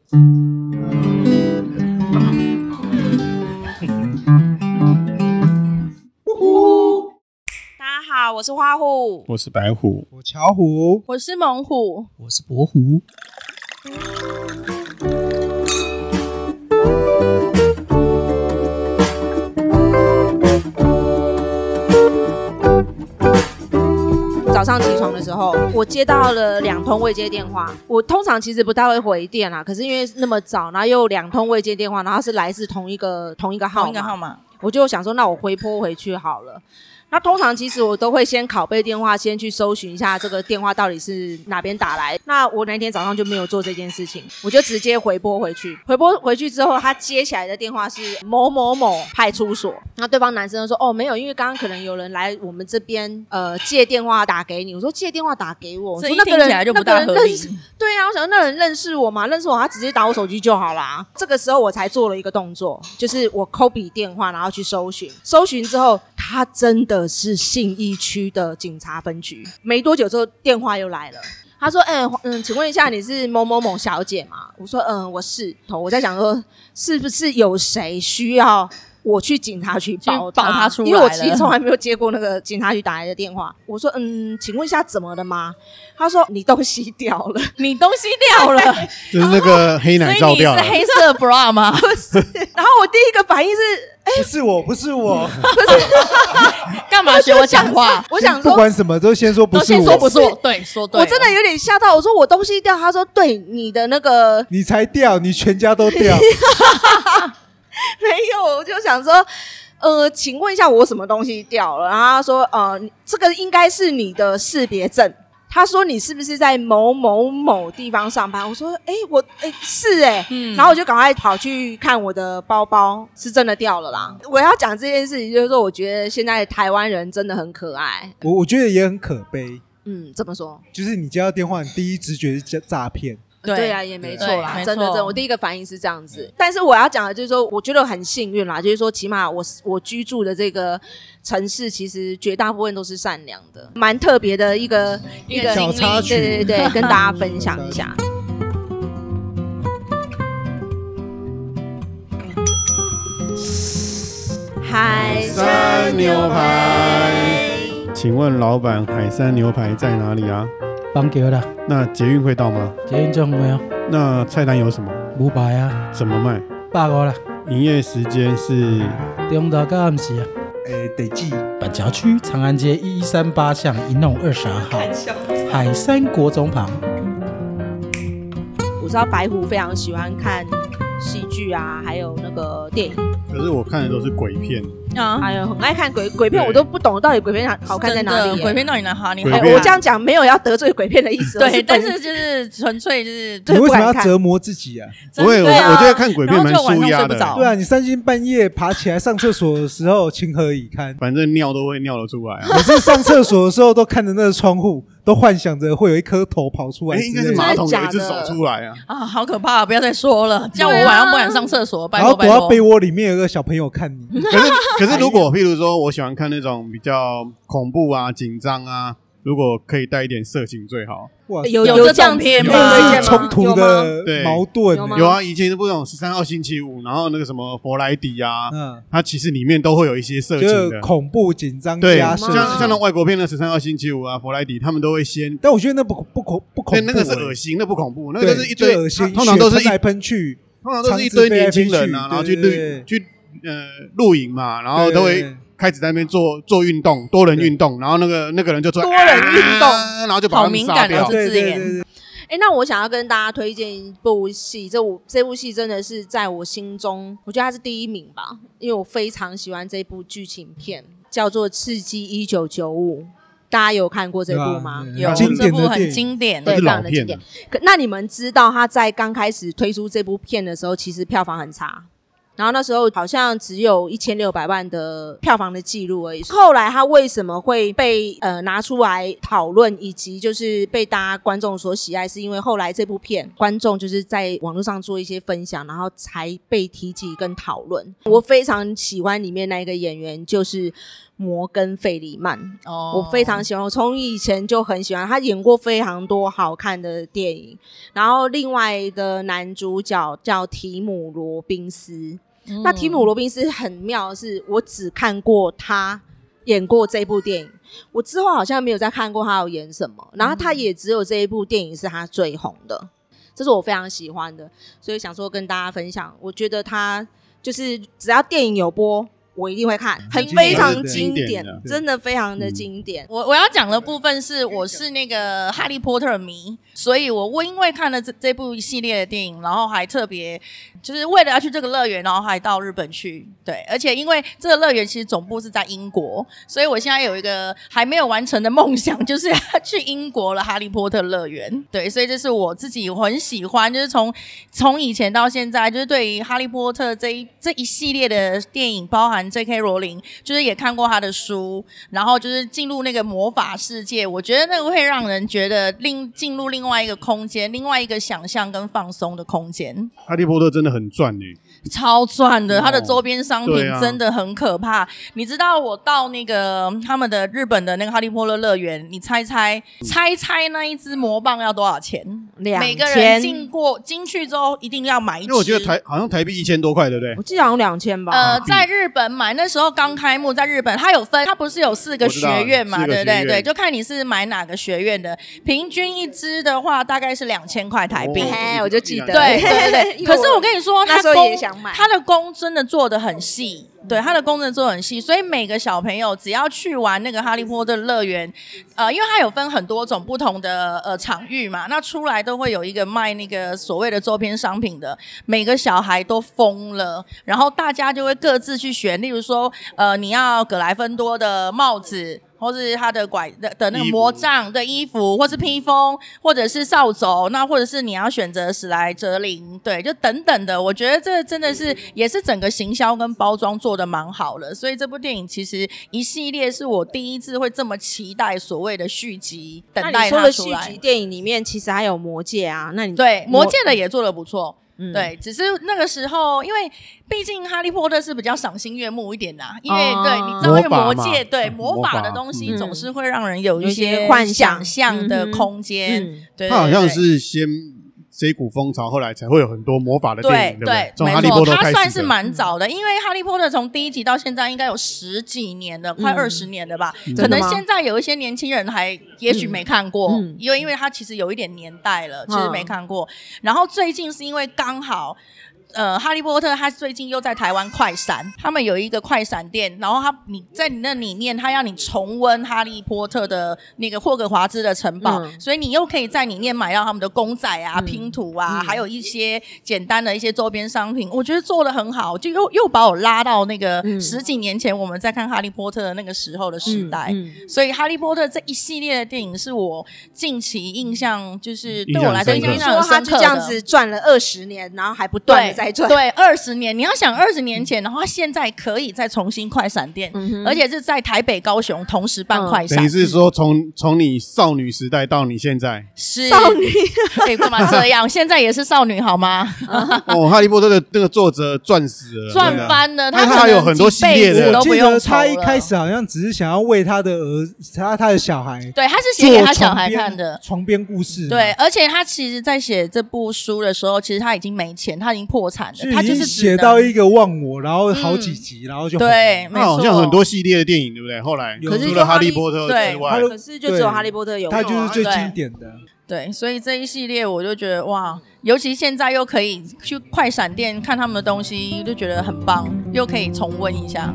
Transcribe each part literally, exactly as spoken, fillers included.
大家好，我是花虎， 我是白虎， 我巧虎， 我是猛虎， 我是博虎。 早上起床的时候，我接到了两通未接电话。我通常其实不太会回电啦，可是因为那么早，然后又有两通未接电话，然后是来自同一个同一个号码，同一个号码，我就想说，那我回拨回去好了。那通常其实我都会先拷贝电话，先去搜寻一下这个电话到底是哪边打来。那我那天早上就没有做这件事情，我就直接回拨回去。回拨回去之后，他接起来的电话是某某某派出所。那对方男生就说：“哦，没有，因为刚刚可能有人来我们这边呃借电话打给你。”我说：“借电话打给我？”我说：“那个人听起来就不大合理。”对啊，我想那人认识我吗？认识我，他直接打我手机就好啦。这个时候我才做了一个动作，就是我抠笔电话，然后去搜寻。搜寻之后，他真的是信义区的警察分局。没多久之后，电话又来了。他说：“嗯嗯，请问一下，你是某某某小姐吗？”我说：“嗯，我是。”我在想说，是不是有谁需要我去警察局保他, 保他出来了？因为我其实从来没有接过那个警察局打来的电话。我说：“嗯，请问一下怎么了吗？”他说：“你东西掉了，你东西掉了。” 就是那个黑奶照掉了。 所以你是黑色 bra 吗？不是。然后我第一个反应是。 不是我，不是我， 不是，干嘛学我讲话？我想说， 不管什么都先说不是我， 都先说不是我，对，说对。我真的有点吓到，我说我东西掉，他说对，你的那个， 你才掉，你全家都掉。 没有，我就想说，呃，请问一下我什么东西掉了？然后他说，呃，这个应该是你的识别证。他说你是不是在某某某地方上班？我说哎、欸，我哎、欸、是哎、欸嗯，然后我就赶快跑去看我的包包，是真的掉了啦。我要讲这件事情，就是说我觉得现在台湾人真的很可爱， 我我觉得也很可悲。 嗯，怎么说？ 就是你接到电话，你第一直觉是诈骗。 对, 对啊，也没错啦，真的真的，我第一个反应是这样子。但是我要讲的就是说，我觉得很幸运啦，就是说起码我我居住的这个城市，其实绝大部分都是善良的，蛮特别的一个一个小插曲， 对对对，跟大家分享一下。海山牛排，请问老板，海山牛排在哪里啊？ 邦桥啦。 那捷运会到吗？ 捷运就没有。 那菜单有什么？ 五百啊。 怎么卖？ 百五啦。 营业时间是中昼到暗时啊。 诶，得记板桥区长安街一一三八巷一弄二十二号，海山国中旁。 我知道白虎非常喜欢看戏剧啊，还有那个电影。 可是我看的都是鬼片啊，还有很爱看鬼鬼片，我都不懂到底鬼片好看在哪里、欸。 鬼片到底哪好？你还我这样讲没有要得罪鬼片的意思， 对，但是就是纯粹就是， 你为什么要折磨自己啊？ 不会，我我觉得看鬼片蛮舒压的。 对啊，你三更半夜爬起来上厕所的时候，情何以堪？ 反正尿都会尿得出来啊。 每次上厕所的时候，都看着那个窗户，都幻想着会有一颗头跑出来， 应该是马桶有一只手出来啊！ 啊，好可怕！不要再说了，叫我晚上不敢上厕所，拜托然后躲到被窝里面有个小朋友看你。 可是可是如果譬如说我喜欢看那种比较恐怖啊、紧张啊，如果可以带一点色情最好。 有有这样片吗？ 冲突的矛盾有啊，以前不是有十三号星期五，然后那个什么佛莱迪啊，嗯，它其实里面都会有一些色情的， 恐怖紧张对， 加色情， 像像那外国片的十三号星期五啊，佛莱迪他们都会先， 但我觉得那不不恐不恐怖， 那个是恶心，那不恐怖，那个就是一堆恶心， 通常都是喷来喷去， 通常都是一堆年轻人啊，然后去露去呃露营嘛，然后都会开始在那边做做运动，多人运动，然后那个那个人就做多人运动， 然后就把他们杀掉。 对对对。哎，那我想要跟大家推荐一部戏，这我这部戏真的是在我心中，我觉得它是第一名吧，因为我非常喜欢这部剧情片，叫做《刺激一九九五》。大家有看过这部吗？ 有，这部很经典， 对，非常的经典。可那你们知道他在刚开始推出这部片的时候，其实票房很差。然后那时候好像只有一千六百万的票房的记录而已。后来他为什么会被呃拿出来讨论，以及就是被大家观众所喜爱，是因为后来这部片观众就是在网络上做一些分享，然后才被提及跟讨论。我非常喜欢里面那一个演员，就是摩根·费里曼， 哦， 我非常喜欢，我从以前就很喜欢他，演过非常多好看的电影。然后另外的男主角叫提姆·罗宾斯，嗯、那提姆·罗宾斯很妙的是，我只看过他演过这部电影，我之后好像没有再看过他有演什么，然后他也只有这一部电影是他最红的，这是我非常喜欢的，所以想说跟大家分享，我觉得他就是只要电影有播我一定会看，很非常经典，真的非常的经典。 我我要讲的部分是，我是那个哈利波特迷，所以我我因为看了这这部系列的电影，然后还特别就是为了要去这个乐园，然后还到日本去。对，而且因为这个乐园其实总部是在英国，所以我现在有一个还没有完成的梦想，就是要去英国的哈利波特乐园。对，所以这是我自己很喜欢，就是从从以前到现在，就是对于哈利波特这一这一系列的电影，包含J K 罗琳，就是也看过他的书，然后就是进入那个魔法世界，我觉得那个会让人觉得另进入另外一个空间，另外一个想象跟放松的空间。 哈利波特真的很赚耶， 超赚的，他的周边商品真的很可怕。哦啊、你知道我到那个他们的日本的那个哈利波特乐园，你猜猜、嗯、猜猜那一支魔棒要多少钱？ 两千。 每个人进过进去之后一定要买一支， 因为我觉得台好像台币一千多块，对不对？ 我记得好像两千吧。 呃，在日本买那时候刚开幕，在日本它有分，它不是有四个学院嘛，对不对？对，就看你是买哪个学院的。平均一支的话，大概是两千块台币。 哦、我就记得， 对对对。可是我跟你说， 那时候也想买， 它的工真的做得很细。对，它的工程做得很细，所以每个小朋友只要去玩那个哈利波特乐园，呃，因为它有分很多种不同的呃场域嘛，那出来都会有一个卖那个所谓的周边商品的，每个小孩都疯了，然后大家就会各自去选，例如说，呃，你要葛莱芬多的帽子。或是他的拐 的, 的那个魔杖的衣服，或是披风，或者是扫帚，那或者是你要选择史莱哲林，对，就等等的。我觉得这真的是也是整个行销跟包装做得蛮好的，所以这部电影其实一系列是我第一次会这么期待所谓的续集，等待它出来。 那你说的续集电影里面其实还有魔戒啊，那你对魔戒的也做得不错。 嗯、 对，只是那个时候，因为毕竟哈利波特是比较赏心悦目一点的、啊，因为、哦、对，你知道，因为魔戒对魔法的东西总是会让人有一些幻想象的空间。嗯嗯、对， 他好像是先这一股风潮，后来才会有很多魔法的电影，对对对？没错， 他算是蛮早的，因为哈利波特从第一集到现在应该有十几年了，嗯、快二十年了吧、嗯？可能现在有一些年轻人还也许没看过，嗯、因为因为他其实有一点年代了，其实没看过。嗯、然后最近是因为刚好。呃，哈利波特他最近又在台湾快闪，他们有一个快闪店，然后他你在你那里面，他要你重温哈利波特的那个霍格华兹的城堡、嗯，所以你又可以在里面买到他们的公仔啊、嗯、拼图啊、嗯，还有一些简单的一些周边商品，我觉得做得很好，就又又把我拉到那个十几年前我们在看哈利波特的那个时候的时代，嗯嗯、所以哈利波特这一系列的电影是我近期印象就是对我来说印象很深刻的。他就这样子赚了二十年，然后还不断的在赚。 对，二十年，你要想二十年前，然后现在可以再重新快闪店、嗯，而且是在台北、高雄同时办快闪。 等于是说从从你少女时代到你现在是少女， 哎，干嘛这样？现在也是少女好吗？ 哦，哈利波特的那个作者赚死了， 赚翻了， 他他有很多系列的， 都不用抽了。 他一开始好像只是想要为他的儿他他的小孩， 对，他是写给他小孩看的床边故事。 对，而且他其实在写这部书的时候，其实他已经没钱，他已经破产了，他就是写到一个忘我，然后好几集，嗯、然后就对， 他好像很多系列的电影，对不对？后来除了哈利波特之外， 可是就只有哈利波特有， 他就是最经典的。 对，所以这一系列我就觉得哇，尤其现在又可以去快闪店看他们的东西，就觉得很棒，又可以重温一下。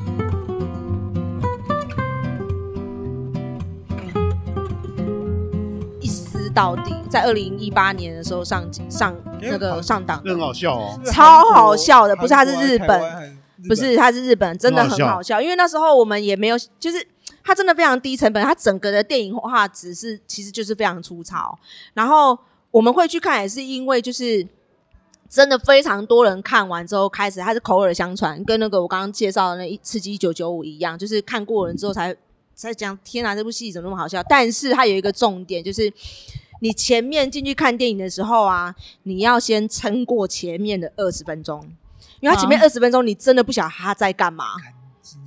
到底在二零一八年的时候上上那个上档， 很好笑哦， 超好笑的。不是，他是日本，不是，他是日本，真的很好笑。因为那时候我们也没有，就是他真的非常低成本，他整个的电影画质是其实就是非常粗糙。然后我们会去看，也是因为就是真的非常多人看完之后开始，他是口耳相传，跟那个我刚刚介绍的那《刺激一九九五》一样，就是看过人之后才才讲，天哪，这部戏怎么那么好笑？但是它有一个重点，就是你前面进去看电影的时候啊，你要先撑过前面的二十分钟，因为他前面二十分钟你真的不晓得他在干嘛。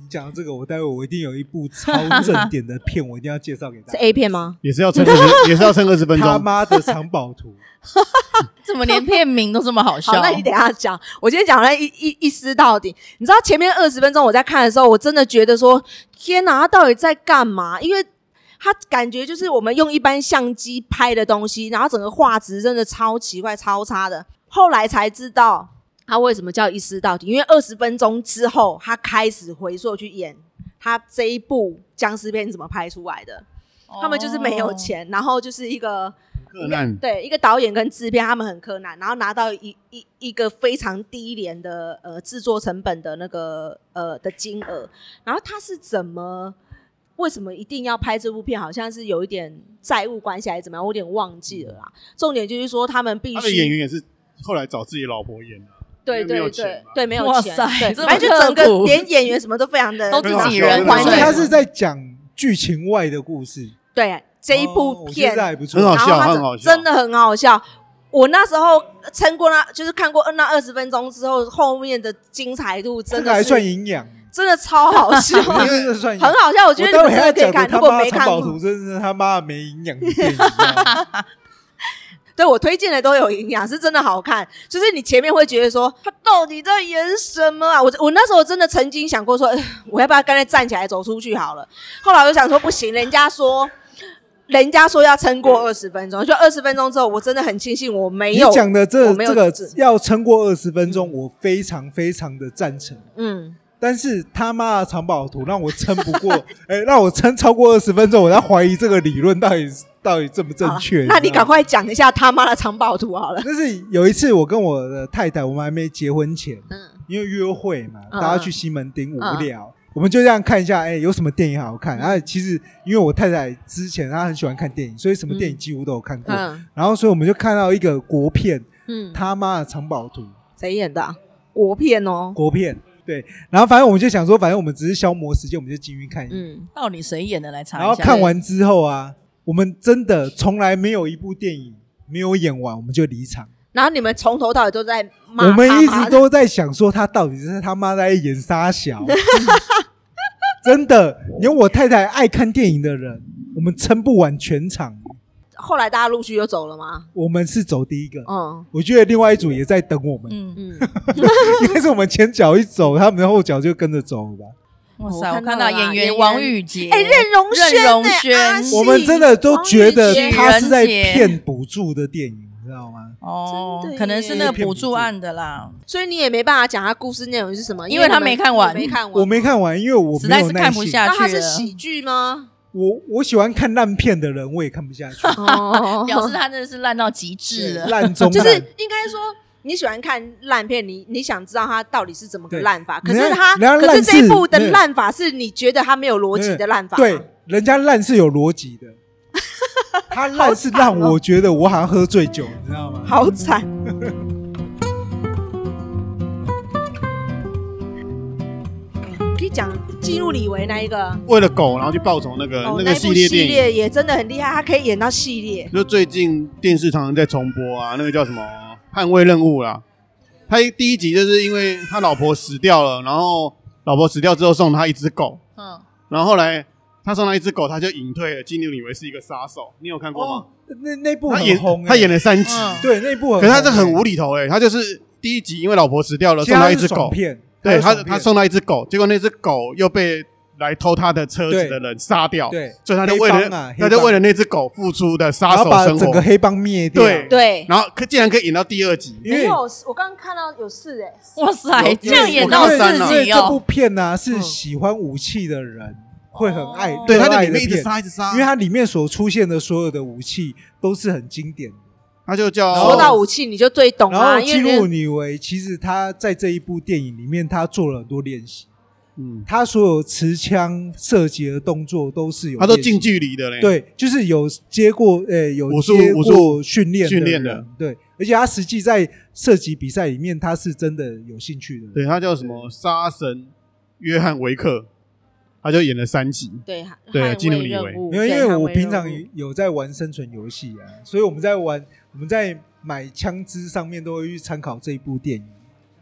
讲到这个，我待会我一定有一部超正点的片，我一定要介绍给大家。 是 A 片吗？ 也是要撑二十，也是要撑二十分钟。 他妈的藏宝图， 怎么连片名都这么好笑？ 好，那你等一下讲。我今天讲了一一一丝到底。你知道前面二十分钟我在看的时候，我真的觉得说，天哪，他到底在干嘛？因为他感觉就是我们用一般相机拍的东西，然后整个画质真的超奇怪、超差的。后来才知道。他为什么叫一丝到底？因为二十分钟之后，他开始回溯去演他这一部僵尸片怎么拍出来的。哦、他们就是没有钱，然后就是一个柯南， 对，一个导演跟制片，他们很柯南，然后拿到一一一个非常低廉的呃制作成本的那个呃的金额，然后他是怎么？为什么一定要拍这部片？好像是有一点债务关系还是怎么样？我有点忘记了啦。重点就是说，他们必须他的演员也是后来找自己老婆演的。 对对对对，没有钱，对， 反正就整个连演员什么都非常的都自己人， 所以他是在讲剧情外的故事。 对，这一部片、 哦、还不错， 很好笑，很好笑， 真的很好笑。我那时候撑过那，就是看过那二十分钟之后，后面的精彩度真的是， 这个还算营养， 真的超好笑， 真的算很好笑。我觉得你们真的可以看，如果没看过， 藏宝图真是他妈没营养的电影。 对，我推荐的都有营养，是真的好看。就是你前面会觉得说他到底在演什么啊？我我那时候真的曾经想过说，呃、我要不要干脆站起来走出去好了？后来我就想说不行，人家说人家说要撑过二十分钟，就二十分钟之后，我真的很庆幸我没有。 你讲的这这个要撑过二十分钟，我非常非常的赞成。嗯。但是他妈的藏宝图让我撑不过，哎、欸，让我撑超过二十分钟，我在怀疑这个理论到底到底正不正确。 那你赶快讲一下他妈的藏宝图好了。 就是有一次我跟我的太太，我们还没结婚前，嗯，因为约会嘛，嗯、大家去西门町无聊，嗯、我们就这样看一下，哎、欸，有什么电影好看？然后其实因为我太太之前她很喜欢看电影，所以什么电影几乎都有看过。嗯、然后所以我们就看到一个国片，嗯，他妈的藏宝图， 谁演的、啊？国片哦， 国片。对，然后反正我们就想说，反正我们只是消磨时间，我们就进去看一下。嗯， 到底谁演的来查一下。 然后看完之后啊，我们真的从来没有一部电影没有演完我们就离场。 然后你们从头到尾都在骂他妈的， 我们一直都在想说他到底是他妈在演啥小。真的，连我太太爱看电影的人，我们撑不完全场。 后来大家陆续又走了吗？ 我们是走第一个，嗯，我觉得另外一组也在等我们，嗯嗯，应该是我们前脚一走，他们的后脚就跟着走了吧。 哇塞，我看到演员王宇杰， 哎，任容萱， 任容萱， 我们真的都觉得他是在骗补助的电影，你知道吗？ 哦，可能是那个补助案的啦， 所以你也没办法讲他故事内容是什么， 因为他没看完， 没看完， 我没看完，因为我实在是看不下去了。 那他是喜剧吗？ 我我喜欢看烂片的人，我也看不下去。 哦，表示他真的是烂到极致了， 烂中烂。 就是应该说，你喜欢看烂片，你你想知道他到底是怎么个烂法。可是他，可是这一部的烂法是你觉得他没有逻辑的烂法。 对，人家烂是有逻辑的，他烂是让我觉得我好像喝醉酒，你知道吗？ 好惨。可以讲记录李维那一个为了狗然后去报仇那个、哦、那个系列电影， 系列也真的很厉害，他可以演到系列。 就最近电视常常在重播啊，那个叫什么《捍卫任务》啦。他第一集就是因为他老婆死掉了，然后老婆死掉之后送他一只狗，嗯，然后后来他送他一只狗，他就隐退了，记录以为是一个杀手。你有看过吗？ 哦、那那部很红、欸， 他演了三集， 嗯、对，那部很红、欸。 可是他是很无厘头哎、欸，他就是第一集因为老婆死掉了，送他一只狗。对他，他送他一只狗，结果那只狗又被来偷他的车子的人杀掉，对，所以他就为了、啊、他就为了那只狗付出的杀手生活， 把整个黑帮灭掉。 对对， 然后竟然可以演到第二集， 因为我刚刚看到有四哎， 哇塞，这样演到四集哦！这部片呢、啊、是喜欢武器的人、嗯、会很爱， 对，他在里面一直杀一直杀， 因为它里面所出现的所有的武器都是很经典的。 他就叫说到武器你就最懂啊。 然后基努里维其实他在这一部电影里面他做了很多练习，嗯，他所有持枪射击的动作都是有， 他都近距离的嘞， 对，就是有接过呃有接过训练训练的，对，而且他实际在射击比赛里面他是真的有兴趣的， 对，他叫什么杀神约翰维克。他就演了三集， 对对，基努里维。 因为因为我平常有在玩生存游戏啊，所以我们在玩我们在买枪支上面都会去参考这一部电影。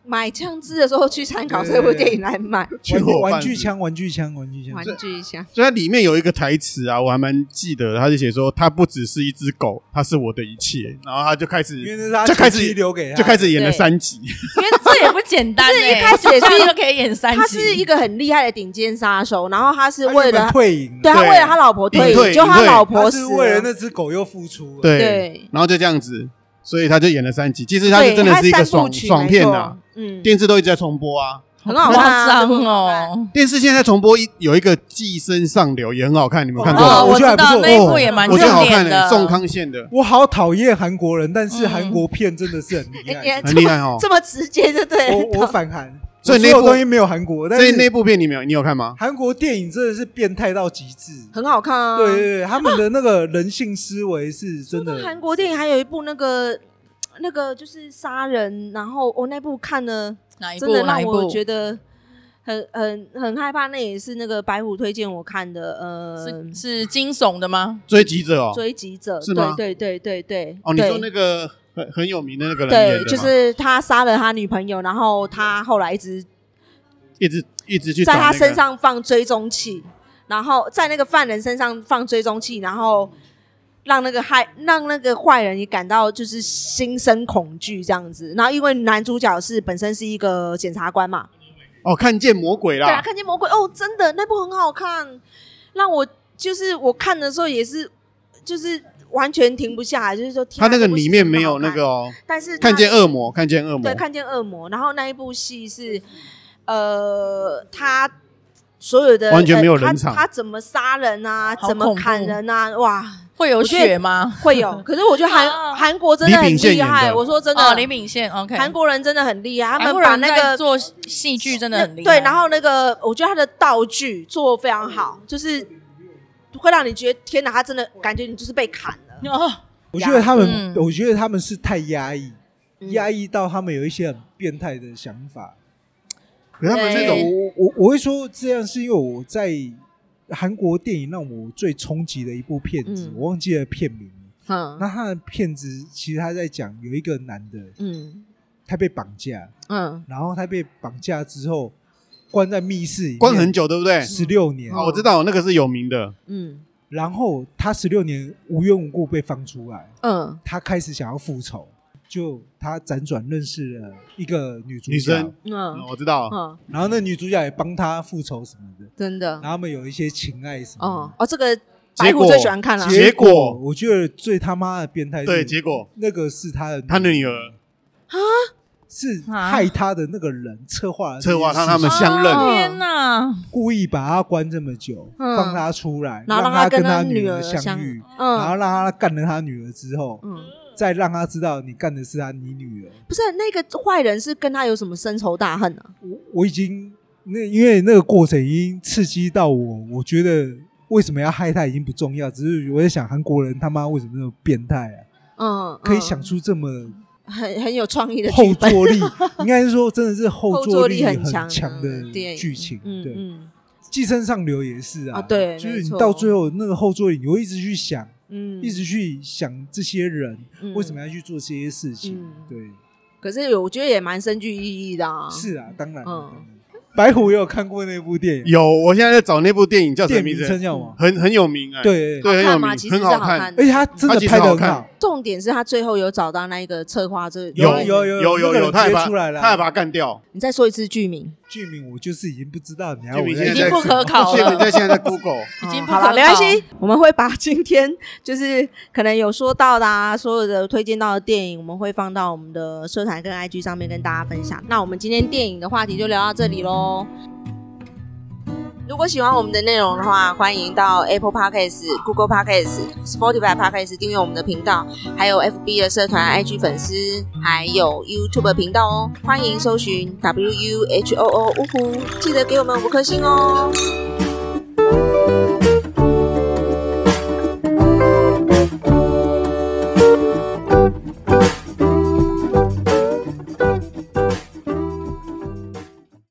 买枪支的时候去参考这部电影来买。 玩玩具枪，玩具枪，玩具枪， 玩具枪。 所以它里面有一个台词啊，我还蛮记得的，他就写说，它不只是一只狗，它是我的一切。然后他就开始， 因为是他就开始留给他， 就开始演了三集。 因为这也不简单、欸， 是一开始也是就可以演三集。 他是一个很厉害的顶尖杀手，然后他是为了退隐， 对他为了他老婆退隐，就他老婆是为了那只狗又付出了， 对，对然后就这样子。所以他就演了三集，其实他就真的是一个爽爽片啊，嗯，电视都一直在重播啊， 很好看啊， 哦。 电视现在在重播有一个《寄生上流》也很好看，你们看过吗？ 哦，我知道那一部也蛮经典的， 我觉得好看的，宋康宪的。 我好讨厌韩国人，但是韩国片真的是很厉害， 很厉害哦， 这么直接，对不对？ 我我反韩。 所以那部东西没有韩国，但是所以那部片你没有，你有看吗？ 韩国电影真的是变态到极致， 很好看啊。 对对对，他们的那个人性思维是真的。 韩国电影还有一部那个。那个就是杀人，然后我、哦、那部看了，真的让我觉得很很很害怕。那也是那个白虎推荐我看的，呃， 是是惊悚的吗？ 追击者哦， 追击者是吗？ 对对对对对。 哦，你说那个很很有名的那个人对，就是他杀了他女朋友，然后他后来一直一直一直去、 那個、在他身上放追踪器，然后在那个犯人身上放追踪器，然后。让那个害让那个坏人也感到就是心生恐惧这样子，然后因为男主角是本身是一个检察官嘛， 哦，看见魔鬼啦， 对啊，看见魔鬼哦，真的那部很好看，让我就是我看的时候也是就是完全停不下来，就是说他那个里面没有那个哦， 但是看见恶魔，看见恶魔， 对，看见恶魔，然后那一部戏是呃他。所有的完全没有人场、 呃、他, 他怎么杀人啊，怎么砍人啊，哇， 会有血吗？ 会有，可是我觉得韩韩国真的很厉害。我说真的， 哦，李秉宪 ，OK， 韩国人真的很厉害，他们把那个做戏剧真的很厉害。 对，然后那个我觉得他的道具做非常好，就是会让你觉得天哪，他真的感觉你就是被砍了。哦、 我觉得他们、嗯，我觉得他们是太压抑，压、嗯、抑到他们有一些很变态的想法。 可他们那种， 我我我会说这样，是因为我在韩国电影让我最冲击的一部片子，嗯、我忘记了片名。嗯，那他的片子其实他在讲有一个男的，嗯，他被绑架，嗯，然后他被绑架之后关在密室里面， 关很久，对不对？ 十六年、 哦，我知道那个是有名的， 嗯，然后他十六年无缘无故被放出来，嗯，他开始想要复仇。就他辗转认识了一个女主角， 女生，嗯，我知道， 嗯，然后那女主角也帮他复仇什么的， 真的， 然后他们有一些情爱什么的， 哦哦，这个白虎最喜欢看了， 结果我觉得最他妈的变态， 对，结果那个是他的他的女儿啊，是害他的那个人策划策划让他们相认， 天哪， 故意把他关这么久，放他出来，让他跟他女儿相遇，然后让他干了他女儿之后，嗯。再让他知道你干的是他你女儿， 不是那个坏人是跟他有什么深仇大恨啊？ 我我已经那因为那个过程已经刺激到我，我觉得为什么要害他已经不重要，只是我在想韩国人他妈为什么那么变态啊？嗯，可以想出这么很很有创意的后坐力，应该是说真的是后坐力很强的剧情，对。嗯，寄生上流也是啊， 对， 就是你到最后那个后坐力，你会一直去想。嗯，一直去想这些人、嗯、为什么要去做这些事情、嗯、对， 可是我觉得也蛮深具意义的啊。 是啊，当然、嗯、白虎也有看过那部电影， 有，我现在在找那部电影叫什么名字？ 名叫吗？ 很很有名啊、欸， 对对，很有名， 很好看， 而且他真的拍得很好。 重点是他最后有找到那一个策划，这有有有有有有，他也出来了， 他也把他干掉。 你再说一次剧名。 剧名我就是已经不知道，你还我已经不可考了。 剧名在现在在 Google， 已经不好了，没关系，我们会把今天就是可能有说到的啊，所有的推荐到的电影，我们会放到我们的社团跟 I G 上面跟大家分享。那我们今天电影的话题就聊到这里咯。如果喜欢我们的内容的话，欢迎到 Apple Podcast、Google Podcast、Spotify Podcast 订阅我们的频道，还有 F B 的社团、I G 粉丝，还有 YouTube 频道哦。欢迎搜寻 W U H O O 呜呼，记得给我们五颗星哦。